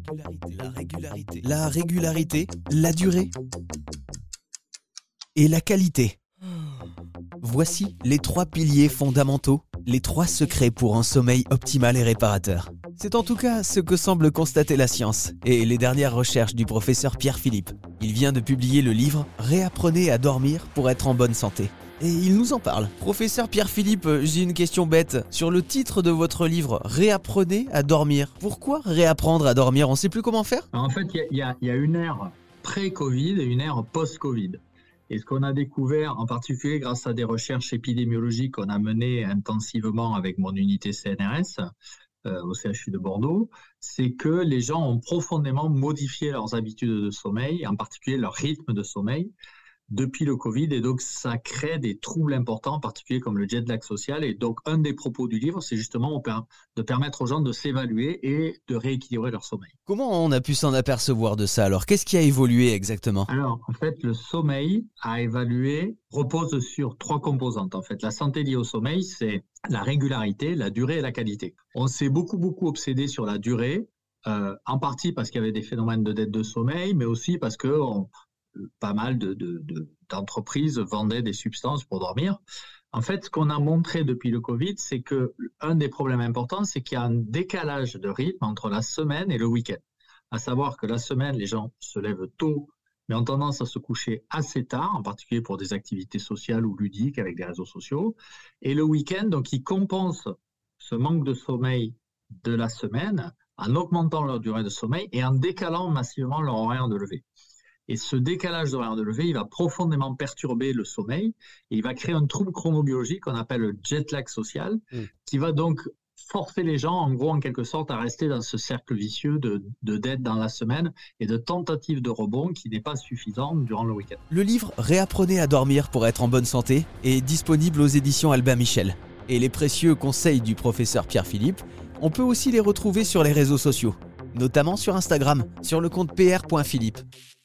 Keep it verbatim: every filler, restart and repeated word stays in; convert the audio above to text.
La régularité, la régularité, la durée et la qualité. Voici les trois piliers fondamentaux, les trois secrets pour un sommeil optimal et réparateur. C'est en tout cas ce que semble constater la science et les dernières recherches du professeur Pierre Philippe. Il vient de publier le livre « Réapprenez à dormir pour être en bonne santé ». Et il nous en parle. Professeur Pierre Philippe, j'ai une question bête. Sur le titre de votre livre, Réapprenez à dormir. Pourquoi réapprendre à dormir? On ne sait plus comment faire? En fait, il y, y, y a une ère pré-Covid et une ère post-Covid. Et ce qu'on a découvert, en particulier grâce à des recherches épidémiologiques qu'on a menées intensivement avec mon unité C N R S euh, au C H U de Bordeaux, c'est que les gens ont profondément modifié leurs habitudes de sommeil, en particulier leur rythme de sommeil, depuis le Covid, et donc ça crée des troubles importants, en particulier comme le jet lag social. Et donc un des propos du livre, c'est justement de permettre aux gens de s'évaluer et de rééquilibrer leur sommeil. Comment on a pu s'en apercevoir de ça? Alors, qu'est-ce qui a évolué exactement? Alors, en fait, le sommeil à évaluer repose sur trois composantes. En fait, la santé liée au sommeil, c'est la régularité, la durée et la qualité. On s'est beaucoup, beaucoup obsédé sur la durée, euh, en partie parce qu'il y avait des phénomènes de dette de sommeil, mais aussi parce que on, pas mal de, de, de, d'entreprises vendaient des substances pour dormir. En fait, ce qu'on a montré depuis le Covid, c'est qu'un des problèmes importants, c'est qu'il y a un décalage de rythme entre la semaine et le week-end. À savoir que la semaine, les gens se lèvent tôt, mais ont tendance à se coucher assez tard, en particulier pour des activités sociales ou ludiques avec des réseaux sociaux. Et le week-end, donc, ils compensent ce manque de sommeil de la semaine en augmentant leur durée de sommeil et en décalant massivement leur horaire de lever. Et ce décalage d'horaire de lever, il va profondément perturber le sommeil et il va créer un trouble chronobiologique qu'on appelle le jet lag social, mmh. qui va donc forcer les gens, en gros, en quelque sorte, à rester dans ce cercle vicieux de, de dette dans la semaine et de tentatives de rebond qui n'est pas suffisant durant le week-end. Le livre « Réapprenez à dormir pour être en bonne santé » est disponible aux éditions Albin Michel. Et les précieux conseils du professeur Pierre Philippe, on peut aussi les retrouver sur les réseaux sociaux, notamment sur Instagram, sur le compte p r point philippe.